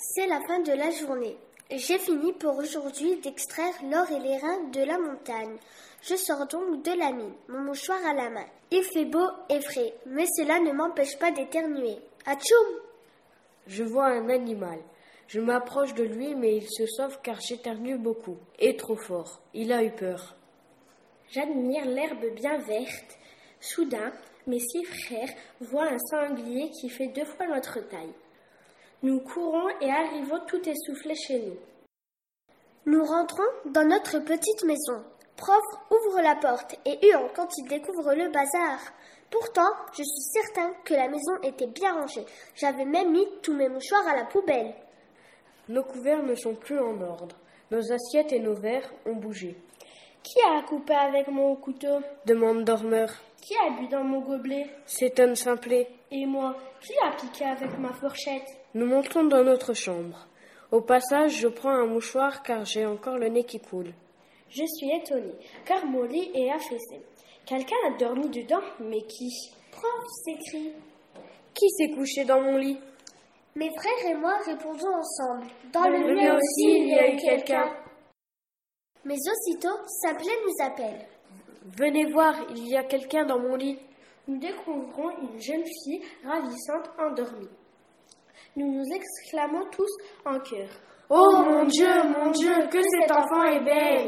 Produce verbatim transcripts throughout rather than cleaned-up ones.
C'est la fin de la journée. J'ai fini pour aujourd'hui d'extraire l'or et les reins de la montagne. Je sors donc de la mine, mon mouchoir à la main. Il fait beau et frais, mais cela ne m'empêche pas d'éternuer. Atchoum! Je vois un animal. Je m'approche de lui, mais il se sauve car j'éternue beaucoup. Et trop fort. Il a eu peur. J'admire l'herbe bien verte. Soudain, mes six frères voient un sanglier qui fait deux fois notre taille. Nous courons et arrivons tout essoufflés chez nous. Nous rentrons dans notre petite maison. Prof ouvre la porte et hurle quand il découvre le bazar. Pourtant, je suis certain que la maison était bien rangée. J'avais même mis tous mes mouchoirs à la poubelle. Nos couverts ne sont plus en ordre. Nos assiettes et nos verres ont bougé. Qui a coupé avec mon couteau? Demande Dormeur. Qui a bu dans mon gobelet? S'étonne Simplet. Et moi, qui a piqué avec ma fourchette? Nous montons dans notre chambre. Au passage, je prends un mouchoir car j'ai encore le nez qui coule. Je suis étonnée, car mon lit est affaissé. Quelqu'un a dormi dedans, mais qui? Prof, s'écrie. Qui s'est couché dans mon lit? Mes frères et moi répondons ensemble. Dans, Dans le le mien mien aussi, il y a eu quelqu'un. Mais aussitôt, Simplet nous appelle. Venez voir, il y a quelqu'un dans mon lit. Nous découvrons une jeune fille ravissante endormie. Nous nous exclamons tous en chœur. Oh mon Dieu, mon Dieu, que cet enfant est belle!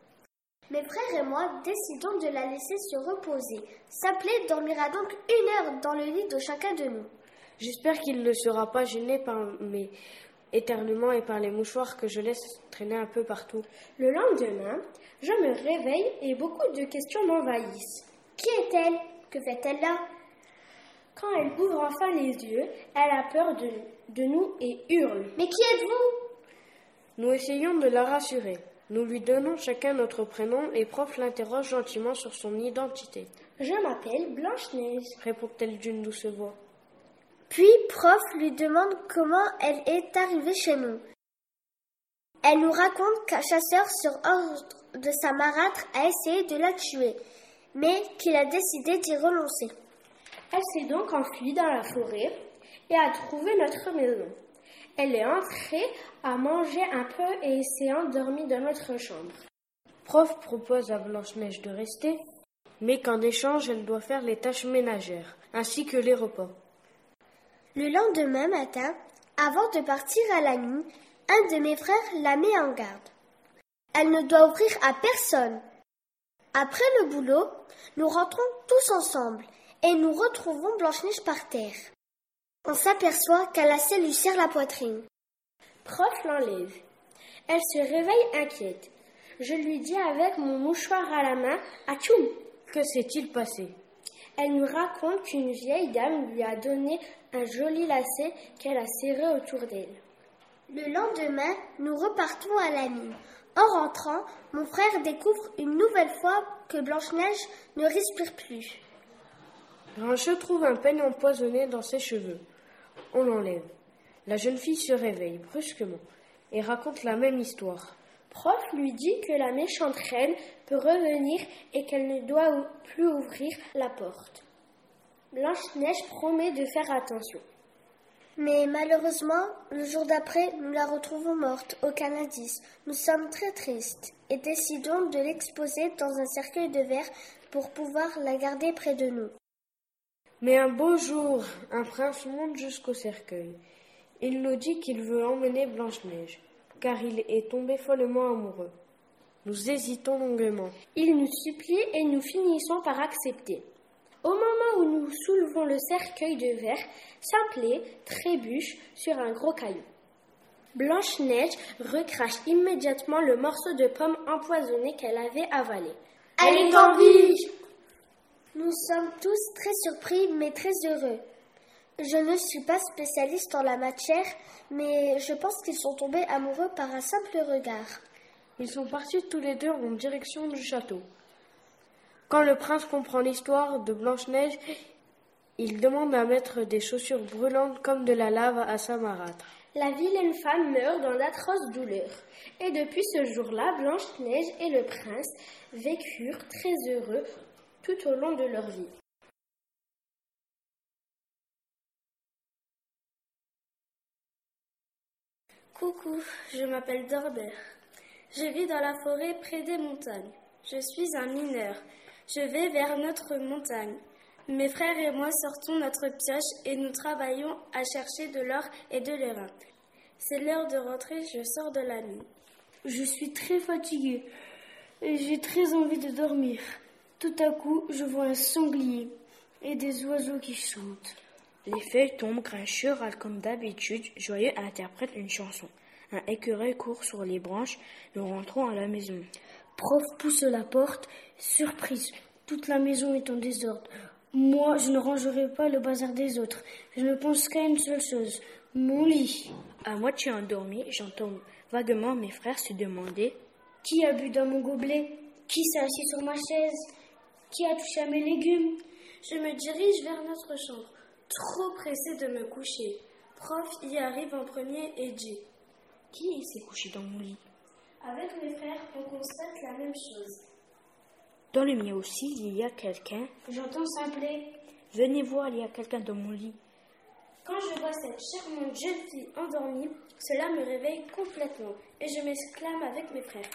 Mes frères et moi décidons de la laisser se reposer. Simplet dormira donc une heure dans le lit de chacun de nous. J'espère qu'il ne sera pas gêné par mes éternuements et par les mouchoirs que je laisse traîner un peu partout. Le lendemain, je me réveille et beaucoup de questions m'envahissent. Qui est-elle? Que fait-elle là? Quand elle ouvre enfin les yeux, elle a peur de, de nous et hurle. Mais qui êtes-vous? Nous essayons de la rassurer. Nous lui donnons chacun notre prénom et Prof l'interroge gentiment sur son identité. Je m'appelle Blanche-Neige, répond-elle d'une douce voix. Puis Prof lui demande comment elle est arrivée chez nous. Elle nous raconte qu'un chasseur sur ordre de sa marâtre a essayé de la tuer, mais qu'il a décidé d'y renoncer. Elle s'est donc enfuie dans la forêt et a trouvé notre maison. Elle est entrée, a mangé un peu et s'est endormie dans notre chambre. Prof propose à Blanche-Neige de rester, mais qu'en échange, elle doit faire les tâches ménagères, ainsi que les repas. Le lendemain matin, avant de partir à la mine, un de mes frères la met en garde. Elle ne doit ouvrir à personne. Après le boulot, nous rentrons tous ensemble et nous retrouvons Blanche-Neige par terre. On s'aperçoit qu'elle a celle lui serre la poitrine. Prof l'enlève. Elle se réveille inquiète. Je lui dis avec mon mouchoir à la main, atchoum! Que s'est-il passé? Elle nous raconte qu'une vieille dame lui a donné un joli lacet qu'elle a serré autour d'elle. Le lendemain, nous repartons à la mine. En rentrant, mon frère découvre une nouvelle fois que Blanche-Neige ne respire plus. Grincheux trouve un peigne empoisonné dans ses cheveux. On l'enlève. La jeune fille se réveille brusquement et raconte la même histoire. Prof lui dit que la méchante reine peut revenir et qu'elle ne doit plus ouvrir la porte. Blanche-Neige promet de faire attention. Mais malheureusement, le jour d'après, nous la retrouvons morte, aucun indice. Nous sommes très tristes et décidons de l'exposer dans un cercueil de verre pour pouvoir la garder près de nous. Mais un beau jour, un prince monte jusqu'au cercueil. Il nous dit qu'il veut emmener Blanche-Neige, car il est tombé follement amoureux. Nous hésitons longuement. Il nous supplie et nous finissons par accepter. Au moment où nous soulevons le cercueil de verre, Simplet trébuche sur un gros caillou. Blanche-Neige recrache immédiatement le morceau de pomme empoisonné qu'elle avait avalé. Elle est en vie! Nous sommes tous très surpris mais très heureux. Je ne suis pas spécialiste en la matière, mais je pense qu'ils sont tombés amoureux par un simple regard. Ils sont partis tous les deux en direction du château. Quand le prince comprend l'histoire de Blanche-Neige, il demande à mettre des chaussures brûlantes comme de la lave à sa marâtre. La vilaine femme meurt dans d'atroces douleurs. Et depuis ce jour-là, Blanche-Neige et le prince vécurent très heureux tout au long de leur vie. Coucou, je m'appelle Dorbert. Je vis dans la forêt près des montagnes. Je suis un mineur. Je vais vers notre montagne. Mes frères et moi sortons notre pioche et nous travaillons à chercher de l'or et de l'airain. C'est l'heure de rentrer, je sors de la nuit. Je suis très fatiguée et j'ai très envie de dormir. Tout à coup, je vois un sanglier et des oiseaux qui chantent. Les feuilles tombent, Grincheux râle comme d'habitude, Joyeux interprète une chanson. Un écureuil court sur les branches, nous rentrons à la maison. Prof pousse la porte, surprise, toute la maison est en désordre. Moi, je ne rangerai pas le bazar des autres. Je ne pense qu'à une seule chose, mon lit. À moitié endormi, j'entends vaguement mes frères se demander « Qui a bu dans mon gobelet? Qui s'est assis sur ma chaise? Qui a touché à mes légumes ?» Je me dirige vers notre chambre, trop pressée de me coucher. Prof y arrive en premier et dit « Qui s'est couché dans mon lit ?» Avec mes frères, on constate la même chose. Dans le mien aussi, il y a quelqu'un. J'entends Simplet. Venez voir, il y a quelqu'un dans mon lit. Quand je vois cette charmante jeune fille endormie, cela me réveille complètement et je m'exclame avec mes frères.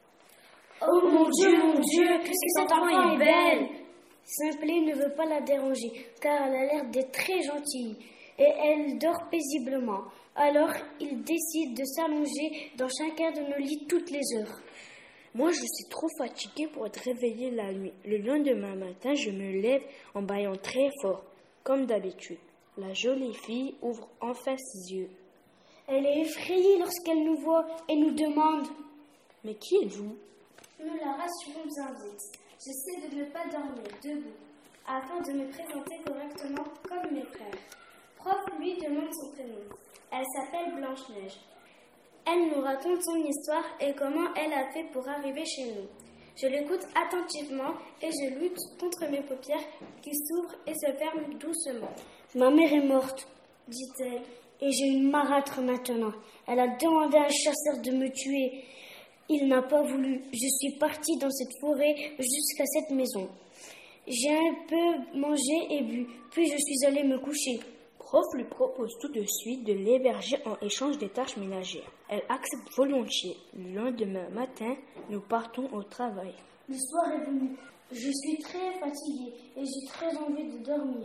Oh mon Dieu, mon Dieu, que cette enfant est belle! Simplet ne veut pas la déranger, car elle a l'air d'être très gentille, et elle dort paisiblement. Alors, il décide de s'allonger dans chacun de nos lits toutes les heures. Moi, je suis trop fatiguée pour être réveillée la nuit. Le lendemain matin, je me lève en bâillant très fort, comme d'habitude. La jolie fille ouvre enfin ses yeux. Elle est effrayée lorsqu'elle nous voit et nous demande « Mais qui êtes-vous » Nous la rassurons bien vite. J'essaie de ne pas dormir debout, afin de me présenter correctement comme mes frères. Prof lui demande son prénom. Elle s'appelle Blanche-Neige. Elle nous raconte son histoire et comment elle a fait pour arriver chez nous. Je l'écoute attentivement et je lutte contre mes paupières qui s'ouvrent et se ferment doucement. Ma mère est morte, dit-elle, et j'ai une marâtre maintenant. Elle a demandé à un chasseur de me tuer. Il n'a pas voulu. Je suis partie dans cette forêt jusqu'à cette maison. J'ai un peu mangé et bu, puis je suis allée me coucher. Prof lui propose tout de suite de l'héberger en échange des tâches ménagères. Elle accepte volontiers. Le lendemain matin, nous partons au travail. Le soir est venu. Je suis très fatiguée et j'ai très envie de dormir.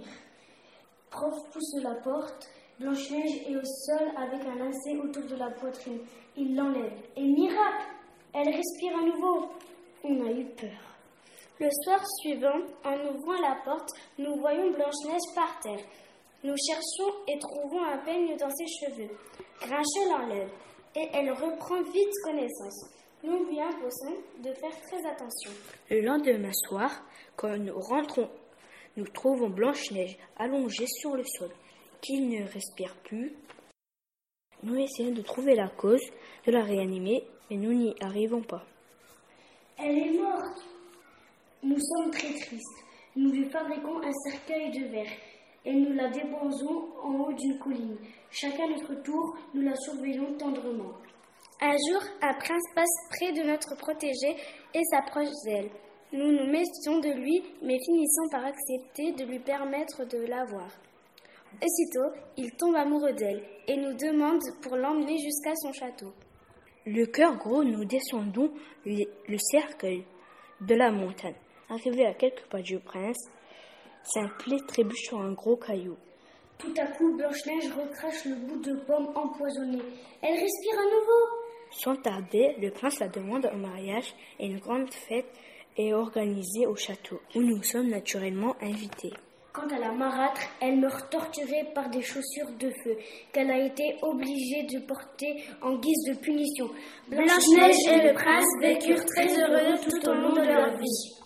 Prof pousse la porte. Blanche-Neige est au sol avec un lacet autour de la poitrine. Il l'enlève. Et miracle, elle respire à nouveau. On a eu peur. Le soir suivant, en ouvrant la porte, nous voyons Blanche-Neige par terre. Nous cherchons et trouvons un peigne dans ses cheveux. Grincheux l'enlève et elle reprend vite connaissance. Nous lui imposons de faire très attention. Le lendemain soir, quand nous rentrons, nous trouvons Blanche-Neige allongée sur le sol, qui ne respire plus. Nous essayons de trouver la cause, de la réanimer, mais nous n'y arrivons pas. Elle est morte. Nous sommes très tristes. Nous lui fabriquons un cercueil de verre et nous la déposons en haut d'une colline. Chacun notre tour, nous la surveillons tendrement. Un jour, un prince passe près de notre protégé et s'approche d'elle. Nous nous méfions de lui, mais finissons par accepter de lui permettre de la voir. Aussitôt, il tombe amoureux d'elle et nous demande pour l'emmener jusqu'à son château. Le cœur gros, nous descendons le, le cercueil de la montagne. Arrivé à quelques pas du prince, Simplet trébuche sur un gros caillou. Tout à coup, Blanche-Neige recrache le bout de pomme empoisonné. Elle respire à nouveau. Sans tarder, le prince la demande en mariage et une grande fête est organisée au château, où nous sommes naturellement invités. Quant à la marâtre, elle meurt torturée par des chaussures de feu qu'elle a été obligée de porter en guise de punition. Blanche-Neige et le prince vécurent très heureux tout au long de leur vie.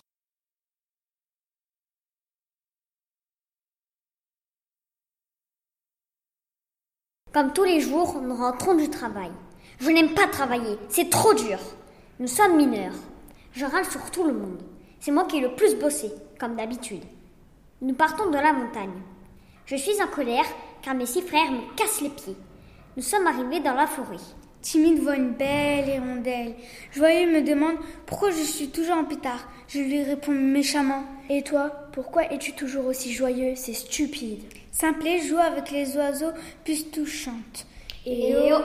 Comme tous les jours, nous rentrons du travail. Je n'aime pas travailler, c'est trop dur. Nous sommes mineurs. Je râle sur tout le monde. C'est moi qui ai le plus bossé, comme d'habitude. Nous partons de la montagne. Je suis en colère car mes six frères me cassent les pieds. Nous sommes arrivés dans la forêt. Timide voit une belle hirondelle. Joyeux me demande pourquoi je suis toujours en pétard. Je lui réponds méchamment. Et toi, pourquoi es-tu toujours aussi joyeux? C'est stupide. Simplet joue avec les oiseaux puis tout chante. Et oh,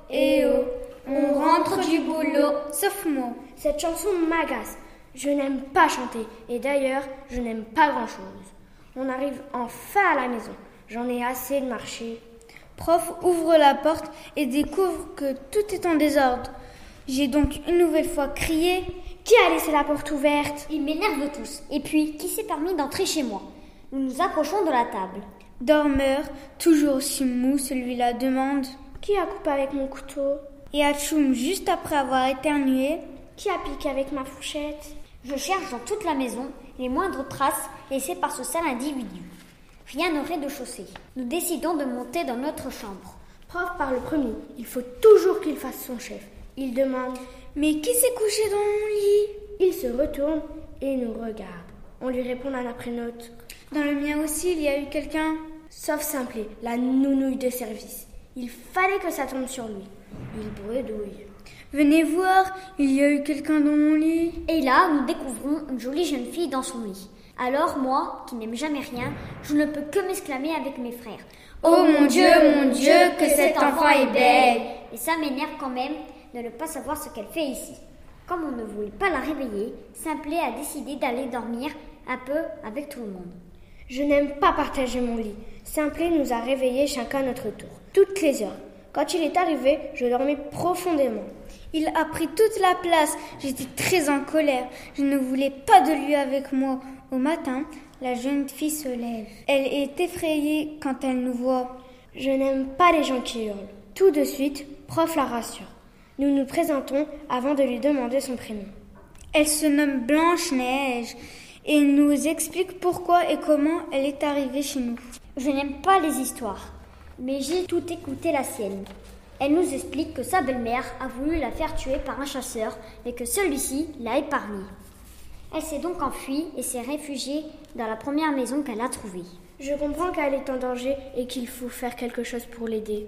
eh oh, on rentre du boulot, sauf moi. Cette chanson m'agace. Je n'aime pas chanter et d'ailleurs, je n'aime pas grand-chose. On arrive enfin à la maison. J'en ai assez de marcher. Prof ouvre la porte et découvre que tout est en désordre. J'ai donc une nouvelle fois crié. Qui a laissé la porte ouverte? Ils m'énervent tous. Et puis, qui s'est permis d'entrer chez moi? Nous nous approchons de la table. Dormeur, toujours aussi mou, celui-là demande. Qui a coupé avec mon couteau? Et Atchoum, juste après avoir éternué. Qui a piqué avec ma fourchette? Je cherche dans toute la maison les moindres traces laissées par ce sale individu. Rien au rez-de-chaussée. Nous décidons de monter dans notre chambre. Prof parle premier. Il faut toujours qu'il fasse son chef. Il demande. Mais qui s'est couché dans mon lit? Il se retourne et nous regarde. On lui répond l'un après l'autre. Dans le mien aussi, il y a eu quelqu'un. Sauf Simplet, la nounouille de service. Il fallait que ça tombe sur lui. Il bredouille. Venez voir, il y a eu quelqu'un dans mon lit. Et là, nous découvrons une jolie jeune fille dans son lit. Alors moi, qui n'aime jamais rien, je ne peux que m'exclamer avec mes frères. Oh mon Dieu, mon Dieu, que cet enfant est belle! Et ça m'énerve quand même de ne pas savoir ce qu'elle fait ici. Comme on ne voulait pas la réveiller, Simplet a décidé d'aller dormir un peu avec tout le monde. Je n'aime pas partager mon lit. Simplet nous a réveillés chacun à notre tour, toutes les heures. Quand il est arrivé, je dormais profondément. Il a pris toute la place. J'étais très en colère. Je ne voulais pas de lui avec moi. Au matin, la jeune fille se lève. Elle est effrayée quand elle nous voit. Je n'aime pas les gens qui hurlent. Tout de suite, prof la rassure. Nous nous présentons avant de lui demander son prénom. Elle se nomme Blanche-Neige et nous explique pourquoi et comment elle est arrivée chez nous. Je n'aime pas les histoires, mais j'ai tout écouté la sienne. Elle nous explique que sa belle-mère a voulu la faire tuer par un chasseur et que celui-ci l'a épargnée. Elle s'est donc enfuie et s'est réfugiée dans la première maison qu'elle a trouvée. Je comprends qu'elle est en danger et qu'il faut faire quelque chose pour l'aider.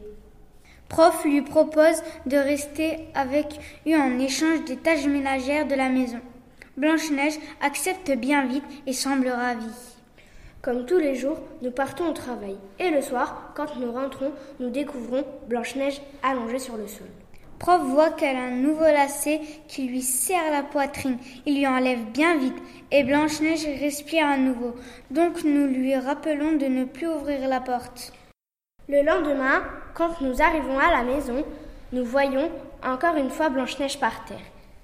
Prof lui propose de rester avec eux en échange des tâches ménagères de la maison. Blanche-Neige accepte bien vite et semble ravie. Comme tous les jours, nous partons au travail. Et le soir, quand nous rentrons, nous découvrons Blanche-Neige allongée sur le sol. Prof voit qu'elle a un nouveau lacet qui lui serre la poitrine. Il lui enlève bien vite et Blanche-Neige respire à nouveau. Donc nous lui rappelons de ne plus ouvrir la porte. Le lendemain, quand nous arrivons à la maison, nous voyons encore une fois Blanche-Neige par terre.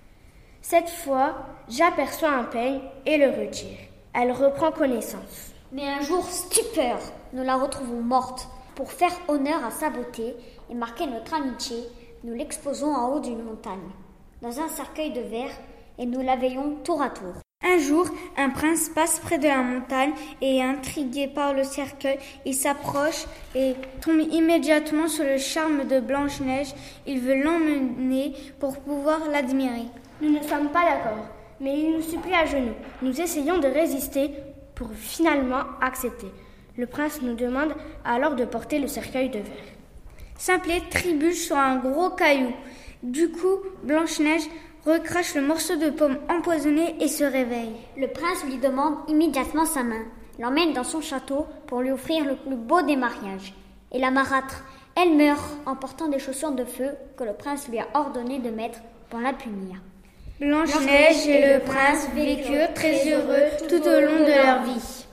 Cette fois, j'aperçois un peigne et le retire. Elle reprend connaissance. Mais un jour, stupeur, nous la retrouvons morte. Pour faire honneur à sa beauté et marquer notre amitié, nous l'exposons en haut d'une montagne, dans un cercueil de verre, et nous la veillons tour à tour. Un jour, un prince passe près de la montagne et, intrigué par le cercueil, il s'approche et tombe immédiatement sur le charme de Blanche-Neige. Il veut l'emmener pour pouvoir l'admirer. Nous ne sommes pas d'accord, mais il nous supplie à genoux. Nous essayons de résister pour finalement accepter. Le prince nous demande alors de porter le cercueil de verre. Simplet trébuche sur un gros caillou. Du coup, Blanche-Neige recrache le morceau de pomme empoisonné et se réveille. Le prince lui demande immédiatement sa main, l'emmène dans son château pour lui offrir le plus beau des mariages. Et la marâtre, elle meurt en portant des chaussures de feu que le prince lui a ordonné de mettre pour la punir. Blanche-Neige et le prince vécurent très heureux tout au long de leur vie.